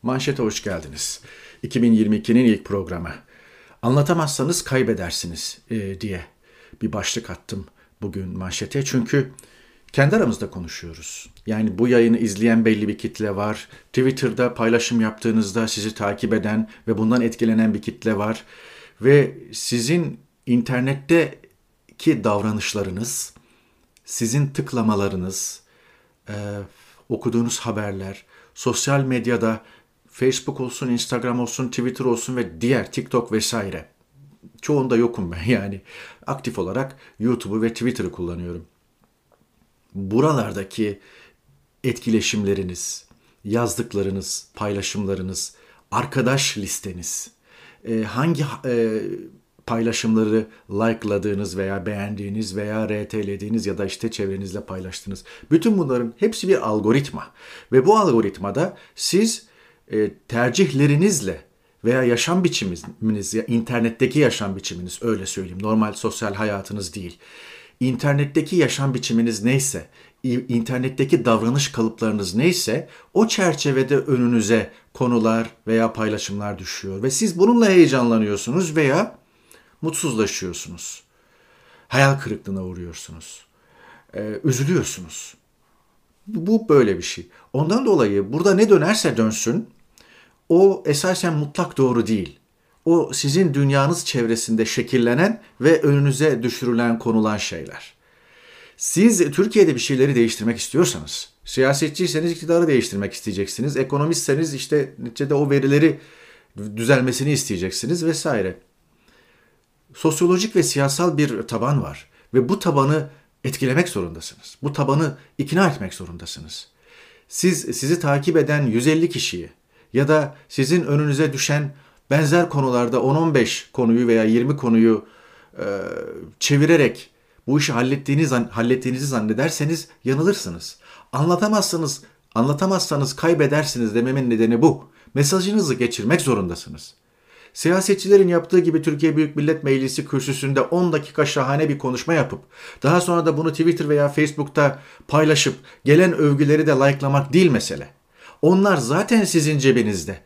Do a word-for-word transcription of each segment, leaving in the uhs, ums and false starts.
Manşete hoş geldiniz. iki bin yirmi ikinin ilk programı. Anlatamazsanız kaybedersiniz e, diye bir başlık attım bugün manşete. Çünkü kendi aramızda konuşuyoruz. Yani bu yayını izleyen belli bir kitle var. Twitter'da paylaşım yaptığınızda sizi takip eden ve bundan etkilenen bir kitle var. Ve sizin internetteki davranışlarınız, sizin tıklamalarınız, e, okuduğunuz haberler, sosyal medyada Facebook olsun, Instagram olsun, Twitter olsun ve diğer TikTok vesaire. Çoğunda yokum ben yani. Aktif olarak YouTube'u ve Twitter'ı kullanıyorum. Buralardaki etkileşimleriniz, yazdıklarınız, paylaşımlarınız, arkadaş listeniz, e, hangi e, paylaşımları like'ladığınız veya beğendiğiniz veya R T'lediğiniz ya da işte çevrenizle paylaştığınız. Bütün bunların hepsi bir algoritma. Ve bu algoritmada siz e, tercihlerinizle veya yaşam biçiminiz, ya internetteki yaşam biçiminiz öyle söyleyeyim, normal sosyal hayatınız değil. İnternetteki yaşam biçiminiz neyse, internetteki davranış kalıplarınız neyse o çerçevede önünüze konular veya paylaşımlar düşüyor. Ve siz bununla heyecanlanıyorsunuz veya mutsuzlaşıyorsunuz. Hayal kırıklığına uğruyorsunuz. Ee, üzülüyorsunuz. Bu böyle bir şey. Ondan dolayı burada ne dönerse dönsün o esasen mutlak doğru değil. O sizin dünyanız çevresinde şekillenen ve önünüze düşürülen, konulan şeyler. Siz Türkiye'de bir şeyleri değiştirmek istiyorsanız, siyasetçiyseniz iktidarı değiştirmek isteyeceksiniz, ekonomistseniz işte neticede o verileri düzelmesini isteyeceksiniz vesaire. Sosyolojik ve siyasal bir taban var ve bu tabanı etkilemek zorundasınız. Bu tabanı ikna etmek zorundasınız. Siz sizi takip eden yüz elli kişiyi ya da sizin önünüze düşen benzer konularda on on beş konuyu veya yirmi konuyu e, çevirerek bu işi hallettiğiniz, hallettiğinizi zannederseniz yanılırsınız. Anlatamazsınız, anlatamazsanız kaybedersiniz dememin nedeni bu. Mesajınızı geçirmek zorundasınız. Siyasetçilerin yaptığı gibi Türkiye Büyük Millet Meclisi kürsüsünde on dakika şahane bir konuşma yapıp daha sonra da bunu Twitter veya Facebook'ta paylaşıp gelen övgüleri de like'lamak değil mesele. Onlar zaten sizin cebinizde.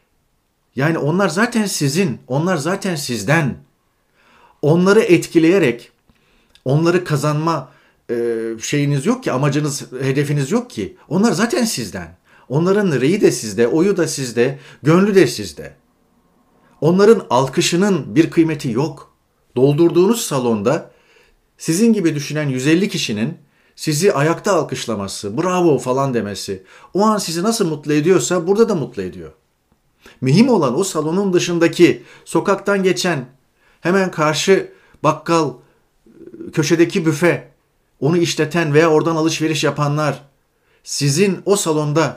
Yani onlar zaten sizin, onlar zaten sizden. Onları etkileyerek, onları kazanma e, şeyiniz yok ki, amacınız, hedefiniz yok ki. Onlar zaten sizden. Onların reyi de sizde, oyu da sizde, gönlü de sizde. Onların alkışının bir kıymeti yok. Doldurduğunuz salonda sizin gibi düşünen yüz elli kişinin sizi ayakta alkışlaması, bravo falan demesi, o an sizi nasıl mutlu ediyorsa burada da mutlu ediyor. Mühim olan o salonun dışındaki, sokaktan geçen, hemen karşı bakkal, köşedeki büfe, onu işleten veya oradan alışveriş yapanlar, sizin o salonda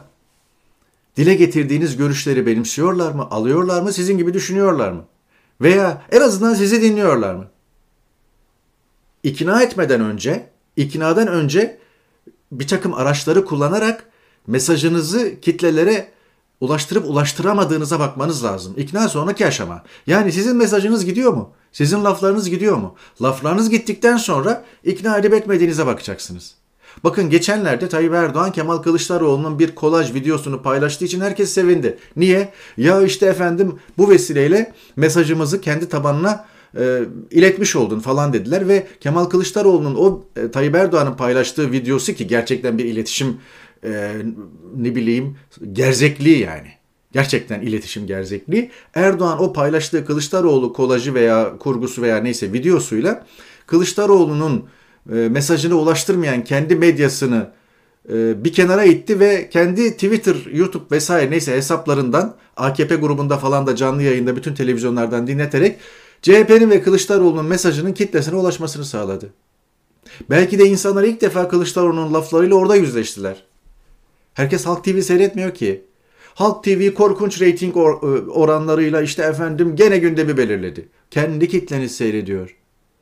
dile getirdiğiniz görüşleri benimsiyorlar mı, alıyorlar mı, sizin gibi düşünüyorlar mı? Veya en azından sizi dinliyorlar mı? İkna etmeden önce, iknadan önce bir takım araçları kullanarak mesajınızı kitlelere ulaştırıp ulaştıramadığınıza bakmanız lazım. İkna sonraki aşama. Yani sizin mesajınız gidiyor mu? Sizin laflarınız gidiyor mu? Laflarınız gittikten sonra ikna edip etmediğinize bakacaksınız. Bakın geçenlerde Tayyip Erdoğan Kemal Kılıçdaroğlu'nun bir kolaj videosunu paylaştığı için herkes sevindi. Niye? Ya işte efendim bu vesileyle mesajımızı kendi tabanına e, iletmiş oldun falan dediler ve Kemal Kılıçdaroğlu'nun o e, Tayyip Erdoğan'ın paylaştığı videosu ki gerçekten bir iletişim e, ne bileyim gerzekliği yani. Gerçekten iletişim gerzekliği. Erdoğan o paylaştığı Kılıçdaroğlu kolajı veya kurgusu veya neyse videosuyla Kılıçdaroğlu'nun e, mesajını ulaştırmayan kendi medyasını e, bir kenara itti ve kendi Twitter, YouTube vesaire neyse hesaplarından A K P grubunda falan da canlı yayında bütün televizyonlardan dinleterek C H P'nin ve Kılıçdaroğlu'nun mesajının kitlesine ulaşmasını sağladı. Belki de insanlar ilk defa Kılıçdaroğlu'nun laflarıyla orada yüzleştiler. Herkes Halk T V seyretmiyor ki. Halk T V korkunç reyting or- oranlarıyla işte efendim gene gündemi belirledi. Kendi kitleniz seyrediyor.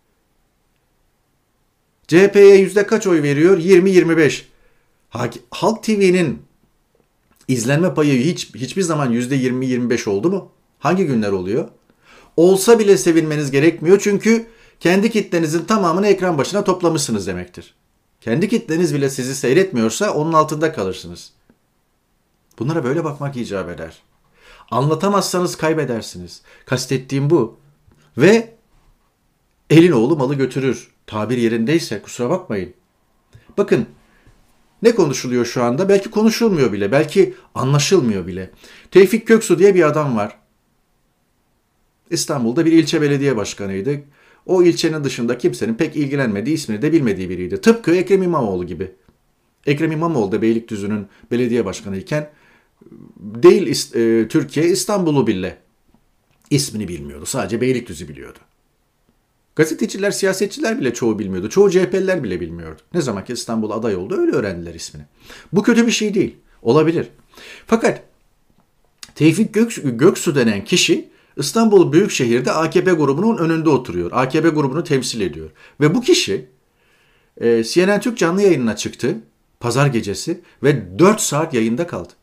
C H P'ye yüzde kaç oy veriyor? yirmi yirmi beş. Halk T V'nin izlenme payı hiç hiçbir zaman yüzde yirmi yirmi beş oldu mu? Hangi günler oluyor? Olsa bile sevinmeniz gerekmiyor çünkü kendi kitlenizin tamamını ekran başına toplamışsınız demektir. Kendi kitleniz bile sizi seyretmiyorsa onun altında kalırsınız. Bunlara böyle bakmak icap eder. Anlatamazsanız kaybedersiniz. Kastettiğim bu. Ve elin oğlu malı götürür. Tabir yerindeyse kusura bakmayın. Bakın ne konuşuluyor şu anda? Belki konuşulmuyor bile. Belki anlaşılmıyor bile. Tevfik Göksu diye bir adam var. İstanbul'da bir ilçe belediye başkanıydı. O ilçenin dışında kimsenin pek ilgilenmediği, ismini de bilmediği biriydi. Tıpkı Ekrem İmamoğlu gibi. Ekrem İmamoğlu da Beylikdüzü'nün belediye başkanıyken değil e, Türkiye, İstanbul'u bile ismini bilmiyordu. Sadece Beylikdüzü biliyordu. Gazeteciler, siyasetçiler bile çoğu bilmiyordu. Çoğu C H P'liler bile bilmiyordu. Ne zaman ki İstanbul aday oldu öyle öğrendiler ismini. Bu kötü bir şey değil. Olabilir. Fakat Tevfik Göksu, Göksu denen kişi İstanbul Büyükşehir'de A K P grubunun önünde oturuyor. A K P grubunu temsil ediyor. Ve bu kişi e, C N N Türk canlı yayınına çıktı. Pazar gecesi ve dört saat yayında kaldı.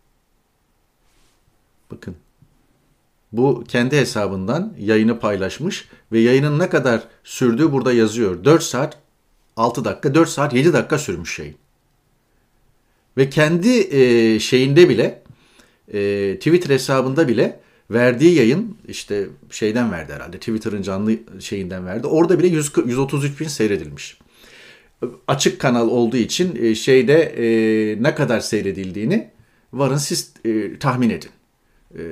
Bakın. Bu kendi hesabından yayını paylaşmış ve yayının ne kadar sürdüğü burada yazıyor. dört saat altı dakika, dört saat yedi dakika sürmüş yayın. Ve kendi e, şeyinde bile, e, Twitter hesabında bile verdiği yayın işte şeyden verdi herhalde. Twitter'ın canlı şeyinden verdi. Orada bile yüz, yüz otuz üç bin seyredilmiş. Açık kanal olduğu için e, şeyde e, ne kadar seyredildiğini varın siz e, tahmin edin. E,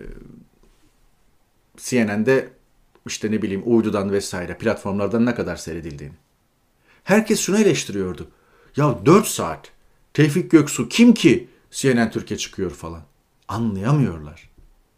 C N N'de işte ne bileyim uydudan vesaire platformlardan ne kadar seyredildiğini. Herkes şunu eleştiriyordu. Ya dört saat Tevfik Göksu kim ki C N N Türkiye çıkıyor falan. Anlayamıyorlar.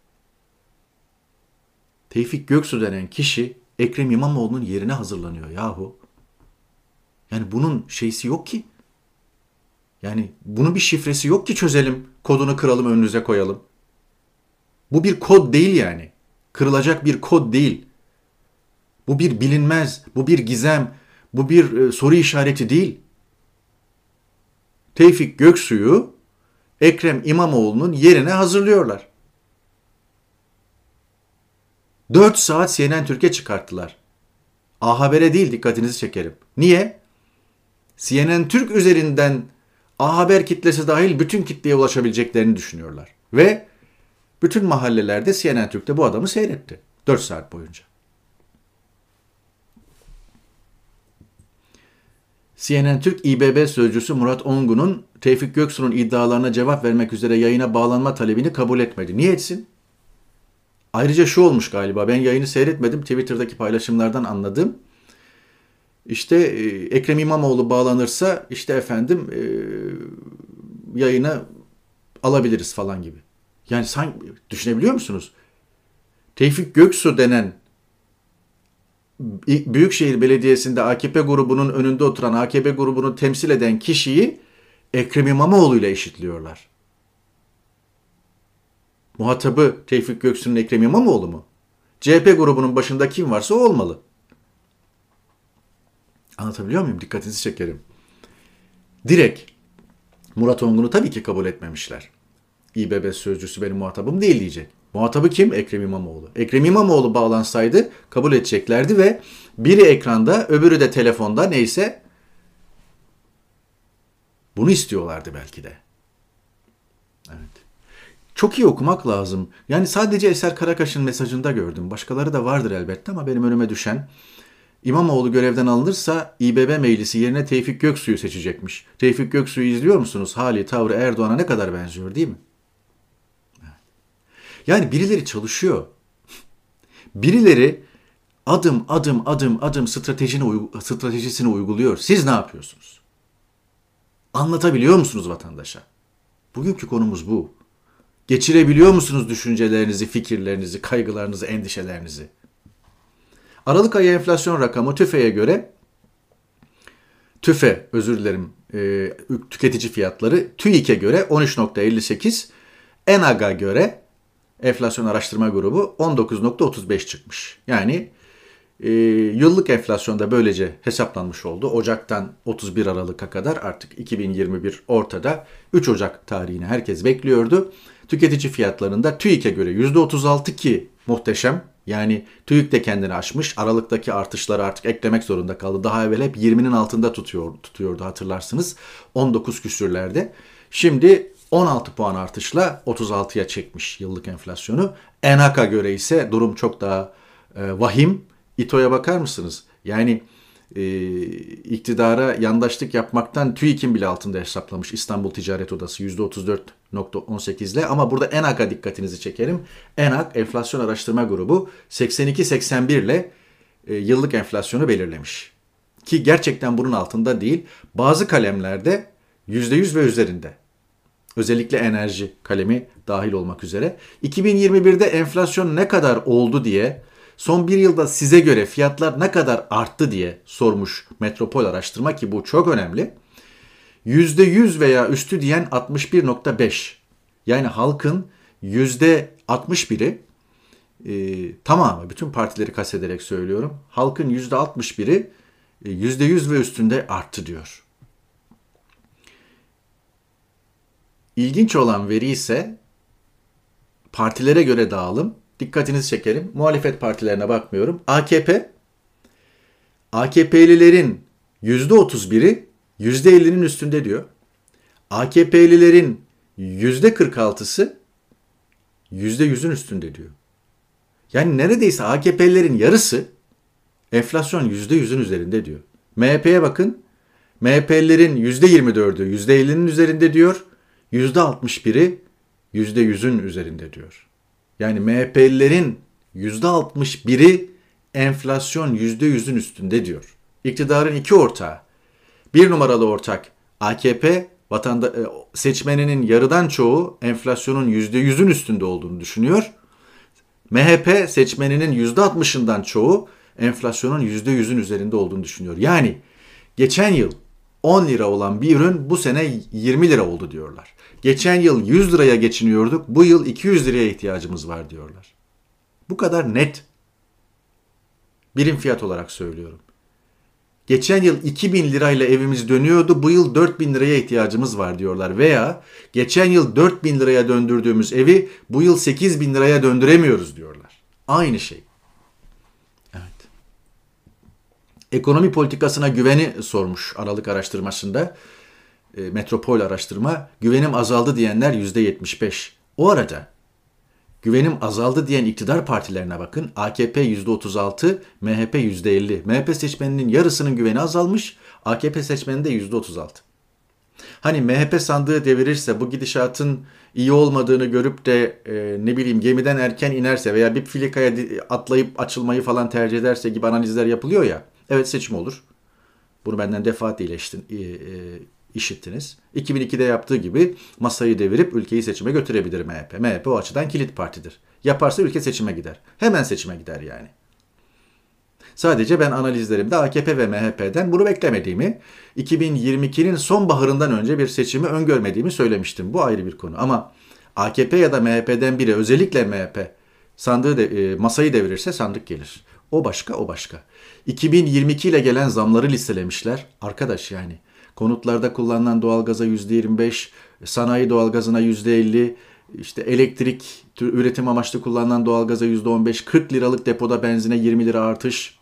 Tevfik Göksu denen kişi Ekrem İmamoğlu'nun yerine hazırlanıyor yahu. Yani bunun şeysi yok ki. Yani bunun bir şifresi yok ki çözelim, kodunu kıralım önünüze koyalım. Bu bir kod değil yani. Kırılacak bir kod değil. Bu bir bilinmez, bu bir gizem, bu bir e, soru işareti değil. Tevfik Göksu'yu Ekrem İmamoğlu'nun yerine hazırlıyorlar. dört saat C N N Türkiye çıkarttılar. A Haber'e değil dikkatinizi çekerim. Niye? C N N Türk üzerinden A Haber kitlesi dahil bütün kitleye ulaşabileceklerini düşünüyorlar. Ve bütün mahallelerde C N N Türk'te bu adamı seyretti. dört saat boyunca. C N N Türk İ B B sözcüsü Murat Ongun'un Tevfik Göksu'nun iddialarına cevap vermek üzere yayına bağlanma talebini kabul etmedi. Niye etsin? Ayrıca şu olmuş galiba, ben yayını seyretmedim, Twitter'daki paylaşımlardan anladım. İşte e, Ekrem İmamoğlu bağlanırsa işte efendim e, yayına alabiliriz falan gibi. Yani sanki düşünebiliyor musunuz? Tevfik Göksu denen Büyükşehir Belediyesi'nde A K P grubunun önünde oturan, A K P grubunu temsil eden kişiyi Ekrem İmamoğlu ile eşitliyorlar. Muhatabı Tevfik Göksu'nun Ekrem İmamoğlu mu? C H P grubunun başında kim varsa o olmalı. Anlatabiliyor muyum? Dikkatinizi çekerim. Direkt Murat Ongun'u tabii ki kabul etmemişler. İ B B sözcüsü benim muhatabım değil diyecek. Muhatabı kim? Ekrem İmamoğlu. Ekrem İmamoğlu bağlansaydı kabul edeceklerdi ve biri ekranda, öbürü de telefonda neyse bunu istiyorlardı belki de. Evet. Çok iyi okumak lazım. Yani sadece Eser Karakaş'ın mesajında gördüm. Başkaları da vardır elbette ama benim önüme düşen İmamoğlu görevden alınırsa İ B B meclisi yerine Tevfik Göksu'yu seçecekmiş. Tevfik Göksu'yu izliyor musunuz? Hali, tavrı Erdoğan'a ne kadar benziyor değil mi? Yani birileri çalışıyor. Birileri adım adım adım adım stratejini, stratejisini uyguluyor. Siz ne yapıyorsunuz? Anlatabiliyor musunuz vatandaşa? Bugünkü konumuz bu. Geçirebiliyor musunuz düşüncelerinizi, fikirlerinizi, kaygılarınızı, endişelerinizi? Aralık ayı enflasyon rakamı TÜFE'ye göre, TÜFE özür dilerim, e, tüketici fiyatları TÜİK'e göre on üç nokta elli sekiz, ENAG'a göre enflasyon araştırma grubu on dokuz nokta otuz beş çıkmış. Yani e, yıllık enflasyonda böylece hesaplanmış oldu. Ocak'tan otuz bir Aralık'a kadar artık iki bin yirmi bir ortada. üç Ocak tarihini herkes bekliyordu. Tüketici fiyatlarında TÜİK'e göre yüzde otuz altı ki muhteşem. Yani TÜİK de kendini aşmış. Aralıktaki artışları artık eklemek zorunda kaldı. Daha evvel hep yirminin altında tutuyor, tutuyordu hatırlarsınız. on dokuz küsürlerde. Şimdi on altı puan artışla otuz altıya çekmiş yıllık enflasyonu. ENAK'a göre ise durum çok daha e, vahim. İTO'ya bakar mısınız? Yani e, iktidara yandaşlık yapmaktan TÜİK'in bile altında hesaplamış İstanbul Ticaret Odası yüzde otuz dört nokta on sekiz ile. Ama burada ENAK'a dikkatinizi çekerim. ENAK Enflasyon Araştırma Grubu seksen iki seksen bir ile e, yıllık enflasyonu belirlemiş. Ki gerçekten bunun altında değil. Bazı kalemlerde yüzde yüz ve üzerinde. Özellikle enerji kalemi dahil olmak üzere. iki bin yirmi birde enflasyon ne kadar oldu diye, son bir yılda size göre fiyatlar ne kadar arttı diye sormuş Metropol Araştırma, ki bu çok önemli. yüzde yüz veya üstü diyen altmış bir nokta beş. Yani halkın yüzde altmış biri, e, tamamı, bütün partileri kastederek söylüyorum, halkın yüzde altmış biri e, yüzde yüz ve üstünde arttı diyor. İlginç olan veri ise partilere göre dağılım. Dikkatinizi çekerim. Muhalefet partilerine bakmıyorum. A K P, A K P'lilerin yüzde otuz biri yüzde ellinin üstünde diyor. A K P'lilerin yüzde kırk altısı yüzde yüzün üstünde diyor. Yani neredeyse A K P'lilerin yarısı enflasyon yüzde yüzün üzerinde diyor. M H P'ye bakın. M H P'lilerin yüzde yirmi dördü yüzde ellinin üzerinde diyor. yüzde altmış biri yüzde yüzün üzerinde diyor. Yani M H P'lilerin yüzde altmış biri enflasyon yüzde yüzün üstünde diyor. İktidarın iki ortağı. Bir numaralı ortak A K P, vatanda, seçmeninin yarıdan çoğu enflasyonun yüzde yüzün üstünde olduğunu düşünüyor. M H P seçmeninin yüzde altmışından çoğu enflasyonun yüzde yüzün üzerinde olduğunu düşünüyor. Yani geçen yıl on lira olan bir ürün bu sene yirmi lira oldu diyorlar. Geçen yıl yüz liraya geçiniyorduk, bu yıl iki yüz liraya ihtiyacımız var diyorlar. Bu kadar net. Birim fiyat olarak söylüyorum. Geçen yıl iki bin lirayla evimiz dönüyordu, bu yıl dört bin liraya ihtiyacımız var diyorlar. Veya geçen yıl dört bin liraya döndürdüğümüz evi bu yıl sekiz bin liraya döndüremiyoruz diyorlar. Aynı şey. Evet. Ekonomi politikasına güveni sormuş Aralık araştırmasında. E, Metropol araştırma. Güvenim azaldı diyenler yüzde yetmiş beş. O arada güvenim azaldı diyen iktidar partilerine bakın. A K P yüzde otuz altı, M H P yüzde elli. M H P seçmeninin yarısının güveni azalmış, A K P seçmeninde yüzde otuz altı. Hani M H P sandığı devirirse, bu gidişatın iyi olmadığını görüp de e, ne bileyim gemiden erken inerse veya bir filikaya atlayıp açılmayı falan tercih ederse gibi analizler yapılıyor ya. Evet, seçim olur. Bunu benden defaatle e, e, işittiniz. iki bin ikide yaptığı gibi masayı devirip ülkeyi seçime götürebilir M H P. M H P o açıdan kilit partidir. Yaparsa ülke seçime gider. Hemen seçime gider yani. Sadece ben analizlerimde A K P ve M H P'den bunu beklemediğimi, iki bin yirmi ikinin sonbaharından önce bir seçimi öngörmediğimi söylemiştim. Bu ayrı bir konu. Ama A K P ya da M H P'den biri, özellikle M H P, sandığı de, e, masayı devirirse sandık gelir. O başka, o başka. iki bin yirmi iki ile gelen zamları listelemişler. Arkadaş yani. Konutlarda kullanılan doğalgaza yüzde yirmi beş, sanayi doğalgazına yüzde elli, işte elektrik üretim amaçlı kullanılan doğalgaza yüzde on beş, kırk liralık depoda benzine yirmi lira artış,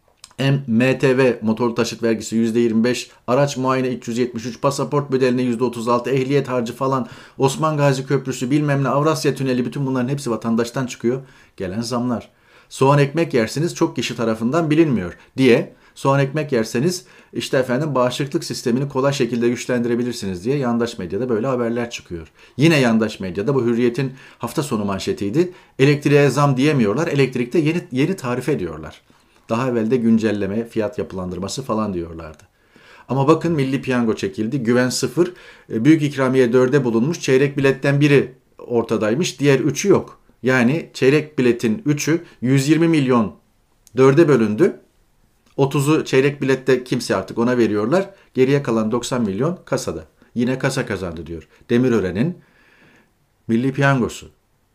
M T V motorlu taşıt vergisi yüzde yirmi beş, araç muayene üç yüz yetmiş üç, pasaport bedeline yüzde otuz altı, ehliyet harcı falan, Osman Gazi Köprüsü, bilmem ne, Avrasya Tüneli, bütün bunların hepsi vatandaştan çıkıyor. Gelen zamlar. Soğan ekmek yersiniz, çok kişi tarafından bilinmiyor diye. Soğan ekmek yerseniz işte efendim bağışıklık sistemini kolay şekilde güçlendirebilirsiniz diye yandaş medyada böyle haberler çıkıyor. Yine yandaş medyada, bu Hürriyet'in hafta sonu manşetiydi. Elektriğe zam diyemiyorlar, elektrikte yeni yeni tarif ediyorlar. Daha evvel de güncelleme, fiyat yapılandırması falan diyorlardı. Ama bakın, milli piyango çekildi, güven sıfır, büyük ikramiye dörde bulunmuş, çeyrek biletten biri ortadaymış, diğer üçü yok. Yani çeyrek biletin üçü yüz yirmi milyon dörde bölündü. otuzu çeyrek bilette kimse artık ona veriyorlar. Geriye kalan doksan milyon kasada. Yine kasa kazandı diyor. Demirören'in milli piyangosu.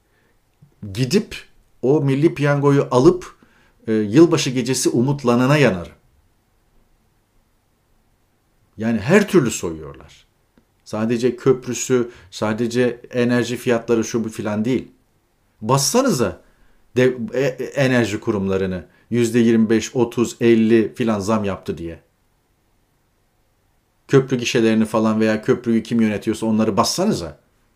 Gidip o milli piyangoyu alıp e, yılbaşı gecesi umutlanana yanar. Yani her türlü soyuyorlar. Sadece köprüsü, sadece enerji fiyatları şu bu filan değil. Bassanıza de, e, enerji kurumlarını yüzde yirmi beş, otuz, elli filan zam yaptı diye. Köprü gişelerini falan veya köprüyü kim yönetiyorsa onları bassanıza.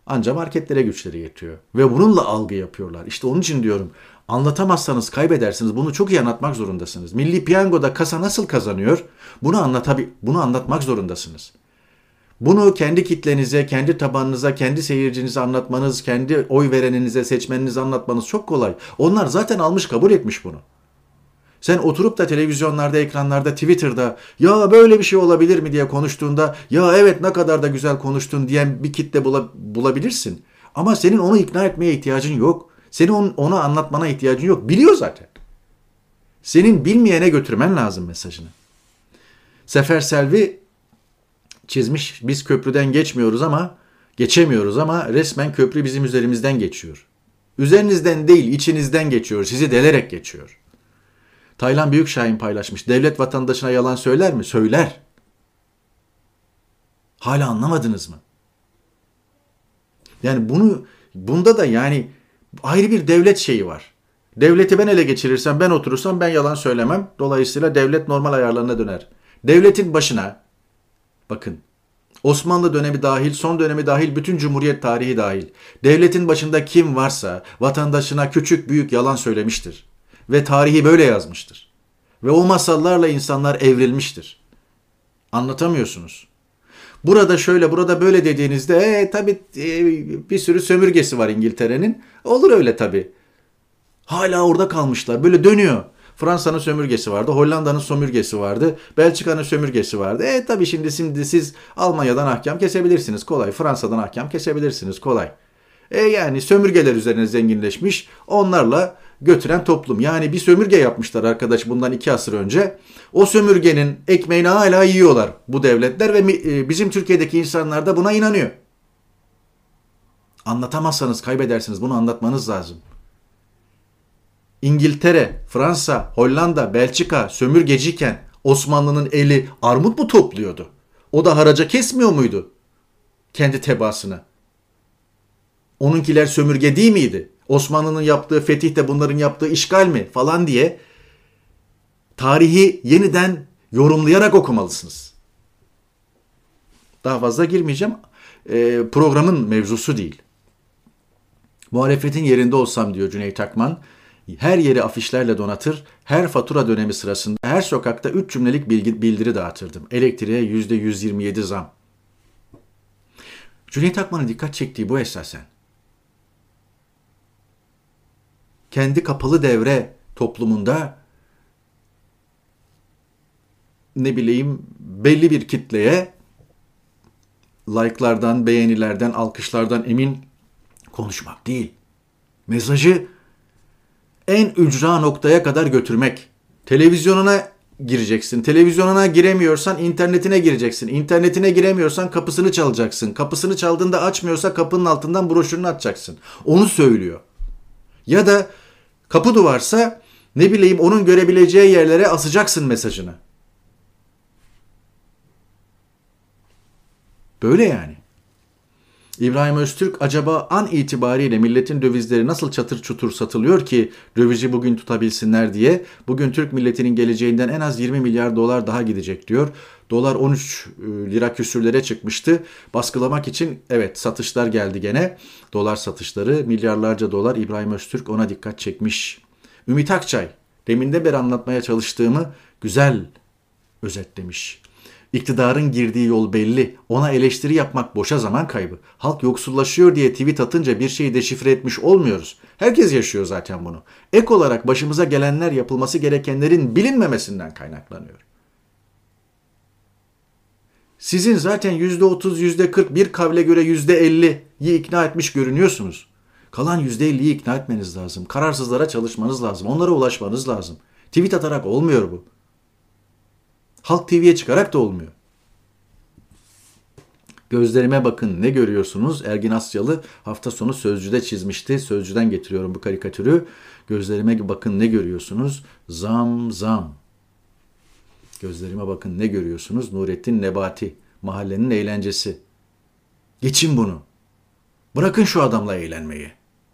Anca marketlere güçleri yetiyor. Ve bununla algı yapıyorlar. İşte onun için diyorum, anlatamazsanız kaybedersiniz. Bunu çok iyi anlatmak zorundasınız. Milli Piyango'da kasa nasıl kazanıyor? Bunu anlatabi bunu anlatmak zorundasınız. Bunu kendi kitlenize, kendi tabanınıza, kendi seyircinize anlatmanız, kendi oy vereninize, seçmeninize anlatmanız çok kolay. Onlar zaten almış, kabul etmiş bunu. Sen oturup da televizyonlarda, ekranlarda, Twitter'da ya böyle bir şey olabilir mi diye konuştuğunda ya evet ne kadar da güzel konuştun diyen bir kitle bulabilirsin. Ama senin onu ikna etmeye ihtiyacın yok. Senin onu anlatmana ihtiyacın yok. Biliyor zaten. Senin bilmeyene götürmen lazım mesajını. Sefer Selvi çizmiş, biz köprüden geçmiyoruz ama geçemiyoruz ama resmen köprü bizim üzerimizden geçiyor. Üzerinizden değil, içinizden geçiyor. Sizi delerek geçiyor. Taylan Büyükşahin paylaşmış. Devlet vatandaşına yalan söyler mi? Söyler. Hala anlamadınız mı? Yani bunu bunda da yani ayrı bir devlet şeyi var. Devleti ben ele geçirirsem, ben oturursam ben yalan söylemem. Dolayısıyla devlet normal ayarlarına döner. Devletin başına, bakın, Osmanlı dönemi dahil, son dönemi dahil, bütün Cumhuriyet tarihi dahil, devletin başında kim varsa vatandaşına küçük büyük yalan söylemiştir. Ve tarihi böyle yazmıştır. Ve o masallarla insanlar evrilmiştir. Anlatamıyorsunuz. Burada şöyle, burada böyle dediğinizde e, tabii e, bir sürü sömürgesi var İngiltere'nin. Olur öyle tabii. Hala orada kalmışlar. Böyle dönüyor. Fransa'nın sömürgesi vardı, Hollanda'nın sömürgesi vardı, Belçika'nın sömürgesi vardı. E tabii şimdi şimdi siz Almanya'dan ahkam kesebilirsiniz kolay, Fransa'dan ahkam kesebilirsiniz kolay. E yani sömürgeler üzerine zenginleşmiş, onlarla götüren toplum. Yani bir sömürge yapmışlar arkadaş bundan iki asır önce. O sömürgenin ekmeğini hala yiyorlar bu devletler ve bizim Türkiye'deki insanlar da buna inanıyor. Anlatamazsanız kaybedersiniz. Bunu anlatmanız lazım. İngiltere, Fransa, Hollanda, Belçika sömürgeciyken Osmanlı'nın eli armut mu topluyordu? O da haraca kesmiyor muydu kendi tebaasını? Onunkiler sömürge değil miydi? Osmanlı'nın yaptığı fetih de bunların yaptığı işgal mi falan diye tarihi yeniden yorumlayarak okumalısınız. Daha fazla girmeyeceğim. E, programın mevzusu değil. Muhalefetin yerinde olsam diyor Cüneyt Akman. Her yeri afişlerle donatır, her fatura dönemi sırasında her sokakta üç cümlelik bilgi, bildiri dağıtırdım. Elektriğe yüzde yüz yirmi yedi zam. Cüneyt Akman'ın dikkat çektiği bu esasen. Kendi kapalı devre toplumunda ne bileyim belli bir kitleye like'lardan, beğenilerden, alkışlardan emin konuşmak değil. Mesajı en ücra noktaya kadar götürmek. Televizyonuna gireceksin. Televizyonuna giremiyorsan internetine gireceksin. İnternetine giremiyorsan kapısını çalacaksın. Kapısını çaldığında açmıyorsa kapının altından broşürünü atacaksın. Onu söylüyor. Ya da kapı duvarsa ne bileyim onun görebileceği yerlere asacaksın mesajını. Böyle yani. İbrahim Öztürk acaba an itibariyle milletin dövizleri nasıl çatır çutur satılıyor ki dövizi bugün tutabilsinler diye. Bugün Türk milletinin geleceğinden en az yirmi milyar dolar daha gidecek diyor. Dolar on üç lira küsürlere çıkmıştı. Baskılamak için evet satışlar geldi gene. Dolar satışları milyarlarca dolar. İbrahim Öztürk ona dikkat çekmiş. Ümit Akçay deminden beri anlatmaya çalıştığımı güzel özetlemiş. İktidarın girdiği yol belli. Ona eleştiri yapmak boşa zaman kaybı. Halk yoksullaşıyor diye tweet atınca bir şeyi deşifre etmiş olmuyoruz. Herkes yaşıyor zaten bunu. Ek olarak başımıza gelenler yapılması gerekenlerin bilinmemesinden kaynaklanıyor. Sizin zaten yüzde otuz, yüzde kırk bir kavle göre yüzde elliyi ikna etmiş görünüyorsunuz. Kalan yüzde elliyi ikna etmeniz lazım. Kararsızlara çalışmanız lazım. Onlara ulaşmanız lazım. Tweet atarak olmuyor bu. Halk T V'ye çıkarak da olmuyor. Gözlerime bakın ne görüyorsunuz? Ergin Asyalı hafta sonu Sözcü'de çizmişti. Sözcü'den getiriyorum bu karikatürü. Gözlerime bakın ne görüyorsunuz? Zam zam. Gözlerime bakın ne görüyorsunuz? Nurettin Nebati. Mahallenin eğlencesi. Geçin bunu. Bırakın şu adamla eğlenmeyi.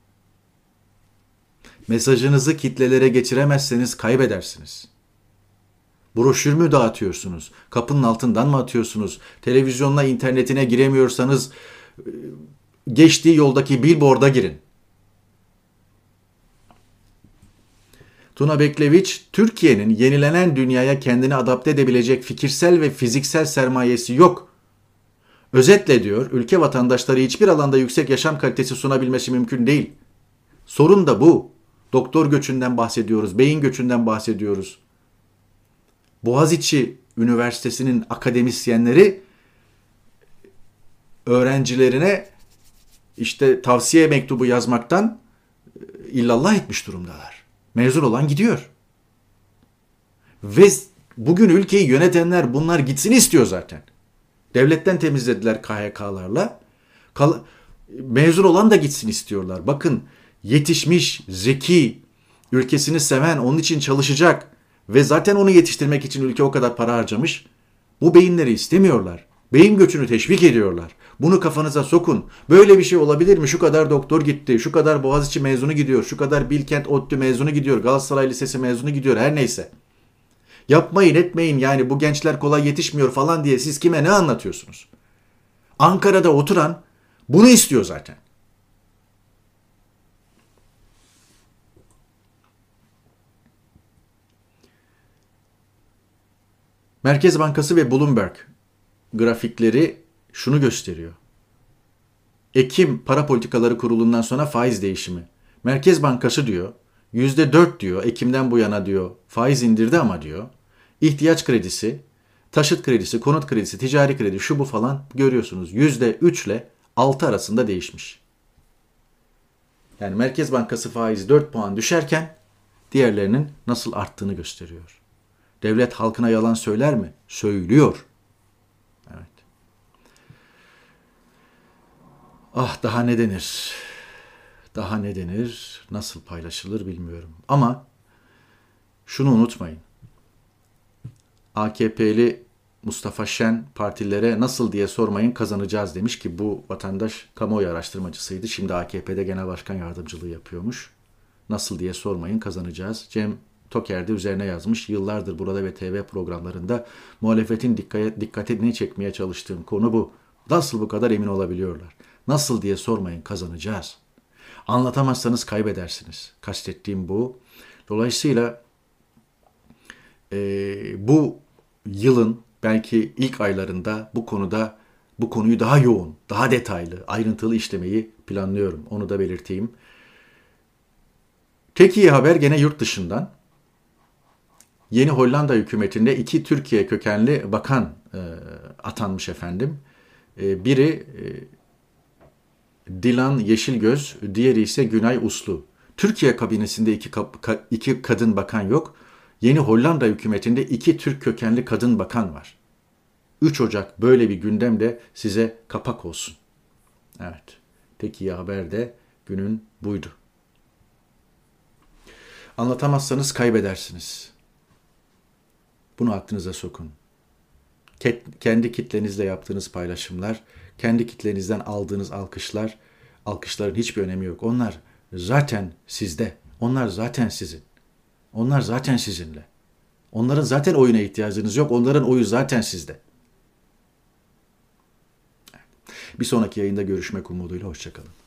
Mesajınızı kitlelere geçiremezseniz kaybedersiniz. Broşür mü dağıtıyorsunuz? Kapının altından mı atıyorsunuz? Televizyonla internetine giremiyorsanız geçtiği yoldaki billboard'a girin. Tuna Bekleviç, Türkiye'nin yenilenen dünyaya kendini adapte edebilecek fikirsel ve fiziksel sermayesi yok. Özetle diyor, ülke vatandaşları hiçbir alanda yüksek yaşam kalitesi sunabilmesi mümkün değil. Sorun da bu. Doktor göçünden bahsediyoruz, beyin göçünden bahsediyoruz. Boğaziçi Üniversitesi'nin akademisyenleri öğrencilerine işte tavsiye mektubu yazmaktan illallah etmiş durumdalar. Mezun olan gidiyor. Ve bugün ülkeyi yönetenler bunlar gitsin istiyor zaten. Devletten temizlediler K H K'larla. Kal- Mezun olan da gitsin istiyorlar. Bakın yetişmiş, zeki, ülkesini seven, onun için çalışacak ve zaten onu yetiştirmek için ülke o kadar para harcamış. Bu beyinleri istemiyorlar. Beyin göçünü teşvik ediyorlar. Bunu kafanıza sokun. Böyle bir şey olabilir mi? Şu kadar doktor gitti, şu kadar Boğaziçi mezunu gidiyor, şu kadar Bilkent ODTÜ mezunu gidiyor, Galatasaray Lisesi mezunu gidiyor, her neyse. Yapmayın etmeyin yani bu gençler kolay yetişmiyor falan diye siz kime ne anlatıyorsunuz? Ankara'da oturan bunu istiyor zaten. Merkez Bankası ve Bloomberg grafikleri şunu gösteriyor. Ekim Para Politikaları Kurulu'ndan sonra faiz değişimi. Merkez Bankası diyor, yüzde dört diyor, Ekim'den bu yana diyor, faiz indirdi ama diyor, ihtiyaç kredisi, taşıt kredisi, konut kredisi, ticari kredi, şu bu falan görüyorsunuz. yüzde üç ile altı arasında değişmiş. Yani Merkez Bankası faizi dört puan düşerken diğerlerinin nasıl arttığını gösteriyor. Devlet halkına yalan söyler mi? Söylüyor. Evet. Ah daha ne denir? Daha ne denir? Nasıl paylaşılır bilmiyorum. Ama şunu unutmayın. A K P'li Mustafa Şen partilere nasıl diye sormayın kazanacağız demiş ki bu vatandaş kamuoyu araştırmacısıydı. Şimdi A K P'de genel başkan yardımcılığı yapıyormuş. Nasıl diye sormayın kazanacağız. Cem Toker de üzerine yazmış. Yıllardır burada ve T V programlarında muhalefetin dikkate, dikkatini çekmeye çalıştığım konu bu. Nasıl bu kadar emin olabiliyorlar? Nasıl diye sormayın kazanacağız. Anlatamazsanız kaybedersiniz. Kastettiğim bu. Dolayısıyla e, bu yılın belki ilk aylarında bu konuda bu konuyu daha yoğun, daha detaylı, ayrıntılı işlemeyi planlıyorum. Onu da belirteyim. Tek iyi haber gene yurt dışından. Yeni Hollanda hükümetinde iki Türkiye kökenli bakan e, atanmış efendim. E, biri e, Dilan Yeşilgöz, diğeri ise Günay Uslu. Türkiye kabinesinde iki, ka, iki kadın bakan yok. Yeni Hollanda hükümetinde iki Türk kökenli kadın bakan var. üç Ocak böyle bir gündemde size kapak olsun. Evet, tek iyi haber de günün buydu. Anlatamazsanız kaybedersiniz. Bunu aklınıza sokun. Kendi kitlenizle yaptığınız paylaşımlar, kendi kitlenizden aldığınız alkışlar, alkışların hiçbir önemi yok. Onlar zaten sizde. Onlar zaten sizin. Onlar zaten sizinle. Onların zaten oyuna ihtiyacınız yok. Onların oyu zaten sizde. Bir sonraki yayında görüşmek umuduyla. Hoşça kalın.